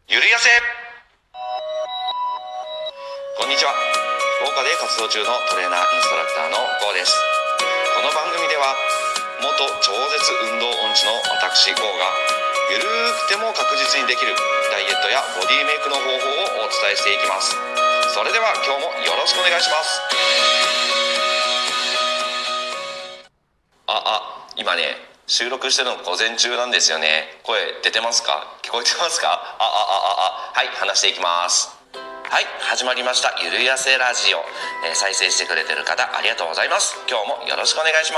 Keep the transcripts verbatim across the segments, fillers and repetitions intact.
ゆるやせ。こんにちは。福岡で活動中のトレーナーインストラクターのゴーです。この番組では元超絶運動音痴の私ゴーがゆるーくても確実にできるダイエットやボディメイクの方法をお伝えしていきます。それでは今日もよろしくお願いします。あ、あ、今ね収録してるの午前中なんですよね。声出てますか？聞こえてますか？あ、あ、あ、あ、あ、はい、話していきます。はい、始まりましたゆるやせラジオ、えー、再生してくれてる方ありがとうございます。今日もよろしくお願いします。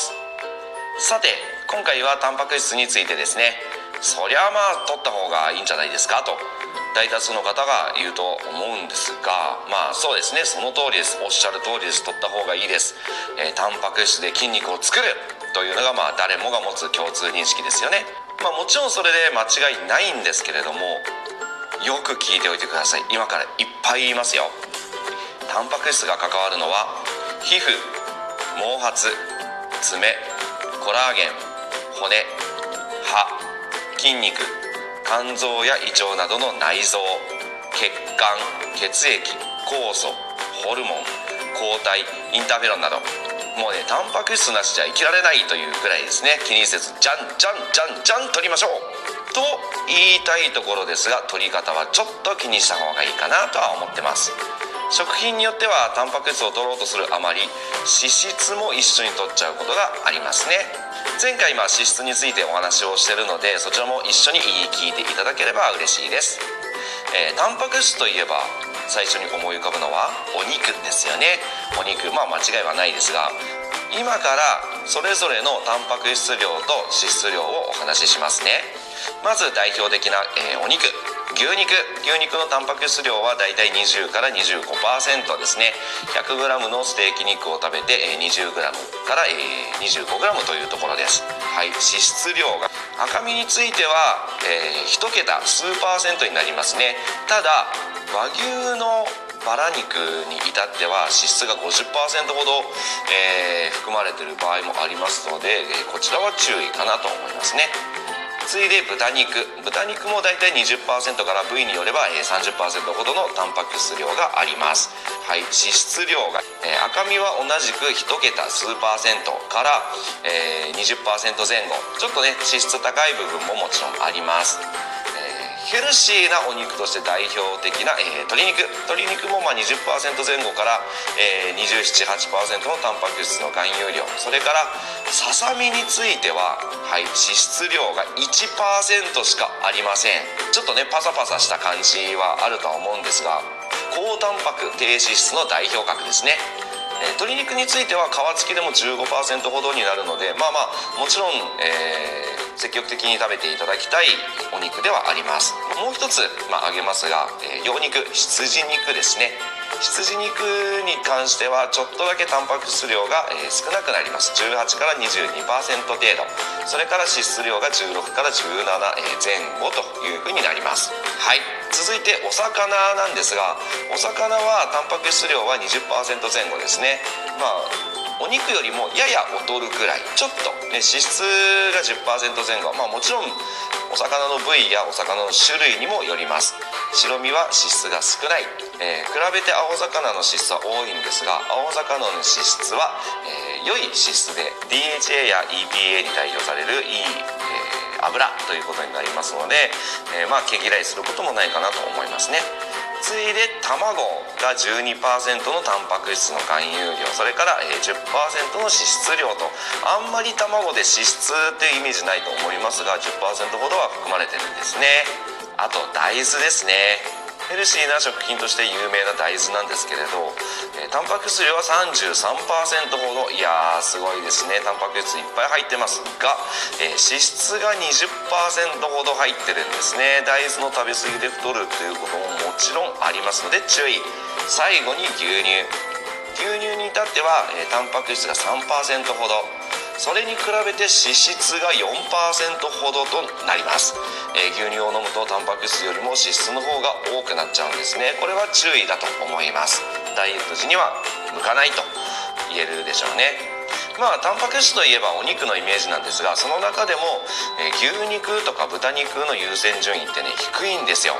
さて今回はタンパク質についてですね。そりゃまあ取った方がいいんじゃないですかと大多数の方が言うと思うんですが、まあそうですね、その通りです。おっしゃる通りです。取った方がいいです。えー、タンパク質で筋肉を作るというのがまあ誰もが持つ共通認識ですよね。まあもちろんそれで間違いないんですけれども、よく聞いておいてください。今からいっぱい言いますよ。タンパク質が関わるのは皮膚、毛髪、爪、コラーゲン、骨、歯、筋肉、肝臓や胃腸などの内臓、血管、血液、酵素、ホルモン、抗体、インターフェロンなど、もうねタンパク質なしじゃ生きられないというくらいですね。気にせずじゃんじゃんじゃんじゃん取りましょうと言いたいところですが、取り方はちょっと気にした方がいいかなとは思ってます。食品によってはタンパク質を取ろうとするあまり脂質も一緒に取っちゃうことがありますね。前回まあ脂質についてお話をしているので、そちらも一緒に聞いていただければ嬉しいです。えー、タンパク質といえば最初に思い浮かぶのはお肉ですよね。お肉、まあ間違いはないですが、今からそれぞれのタンパク質量と脂質量をお話ししますね。まず代表的な、えー、お肉、牛肉牛肉のタンパク質量はだいたいにじゅうから にじゅうごパーセント ですね。 ひゃくグラム のステーキ肉を食べて にじゅうグラム から にじゅうごグラム というところです。はい、脂質量が赤身については、えー、いち桁数パーセントになりますね。ただ和牛のバラ肉に至っては脂質が ごじゅっパーセント ほど、えー、含まれている場合もありますので、えー、こちらは注意かなと思いますね。次いで豚肉豚肉もだいたい にじゅっパーセント から部位によれば さんじゅっパーセント ほどのタンパク質量があります。はい、脂質量が、えー、赤身は同じくいち桁数パーセントから、えー、にじゅっパーセント 前後、ちょっとね脂質高い部分ももちろんあります。ヘルシーなお肉として代表的な、えー、鶏肉鶏肉もまあ にじゅっパーセント 前後から、えー、にじゅうなな、はちパーセント のタンパク質の含有量、それからささみについては、はい、脂質量が いちパーセント しかありません。ちょっとねパサパサした感じはあるとは思うんですが、高タンパク低脂質の代表格ですね。えー、鶏肉については皮付きでも じゅうごパーセント ほどになるので、まあまあもちろん、えー、積極的に食べていただきたいお肉ではあります。もう一つ、まあ、挙げますが、えー、羊肉羊肉ですね。羊肉に関してはちょっとだけタンパク質量が、えー、少なくなります。じゅうはちから にじゅうにパーセント 程度、それから脂質量がじゅうろくからじゅうなな、えー、前後というふうになります。はい、続いてお魚なんですが、お魚はタンパク質量は にじゅっパーセント 前後ですね。まあお肉よりもやや劣るくらい、ちょっと、ね、脂質が じゅっパーセント 前後、まあもちろんお魚の部位やお魚の種類にもよります。白身は脂質が少ない、えー、比べて青魚の脂質は多いんですが、青魚の脂質は、えー、良い脂質で ディーエイチエー や イーピーエー に代表されるいい、えー、油ということになりますので、えー、まあ毛嫌いすることもないかなと思いますね。次いで卵が じゅうにパーセント のタンパク質の含有量、それから じゅっパーセント の脂質量と、あんまり卵で脂質っていうイメージないと思いますが じゅっパーセント ほどは含まれてるんですね。あと大豆ですね。ヘルシーな食品として有名な大豆なんですけれど、えー、タンパク質量は さんじゅうさんパーセント ほど、いやーすごいですね。タンパク質いっぱい入ってますが、えー、脂質が にじゅっパーセント ほど入ってるんですね。大豆の食べ過ぎで太るということももちろんありますので注意。最後に牛乳牛乳に至っては、えー、タンパク質が さんパーセント ほど、それに比べて脂質が よんパーセント ほどとなります。えー、牛乳を飲むとタンパク質よりも脂質の方が多くなっちゃうんですね。これは注意だと思います。ダイエット時には向かないと言えるでしょうね。まあタンパク質といえばお肉のイメージなんですが、その中でも、えー、牛肉とか豚肉の優先順位ってね低いんですよ。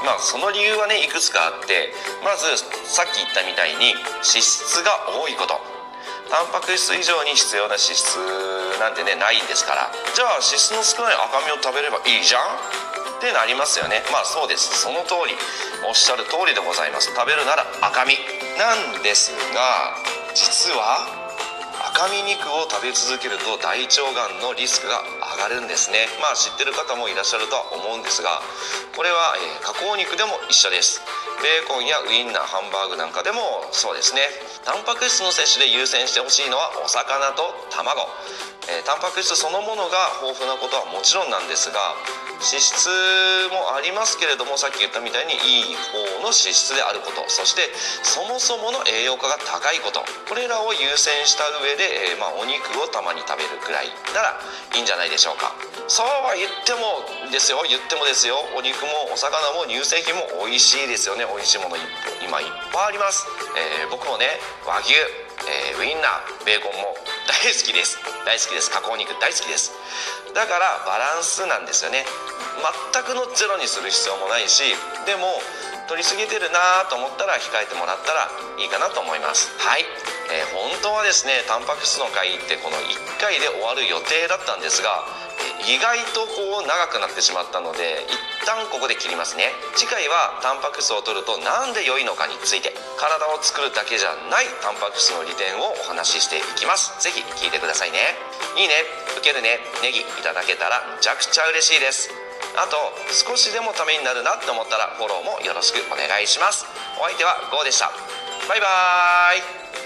まあその理由はねいくつかあって、まずさっき言ったみたいに脂質が多いこと。タンパク質以上に必要な脂質なんてねないんですから、じゃあ脂質の少ない赤身を食べればいいじゃんってなりますよね。まあそうです、その通り、おっしゃる通りでございます。食べるなら赤身なんですが、実は赤身肉を食べ続けると大腸がんのリスクが上がるんですね。まあ知ってる方もいらっしゃるとは思うんですが、これは、えー、加工肉でも一緒です。ベーコンやウインナー、ハンバーグなんかでもそうですね。タンパク質の摂取で優先してほしいのはお魚と卵、えー、タンパク質そのものが豊富なことはもちろんなんですが、脂質もありますけれども、さっき言ったみたいにいい方の脂質であること、そしてそもそもの栄養価が高いこと、これらを優先した上で、えーまあ、お肉をたまに食べるくらいならいいんじゃないでしょうか。そうは言ってもですよ言ってもですよお肉もお魚も乳製品も美味しいですよね。美味しいもの今いっぱいあります。えー、僕もね和牛、えー、ウインナー、ベーコンも大好きです大好きです。加工肉大好きです。だからバランスなんですよね。全くのゼロにする必要もないし、でも取りすぎてるなと思ったら控えてもらったらいいかなと思います。はい、えー、本当はですねタンパク質の回ってこのいっかいで終わる予定だったんですが、意外とこう長くなってしまったので一旦ここで切りますね。次回はタンパク質を摂るとなんで良いのかについて、体を作るだけじゃないタンパク質の利点をお話ししていきます。ぜひ聞いてくださいね。いいね、ウケるね、ネギいただけたらめちゃくちゃ嬉しいです。あと少しでもためになるなって思ったらフォローもよろしくお願いします。お相手はゴーでした。バイバーイ。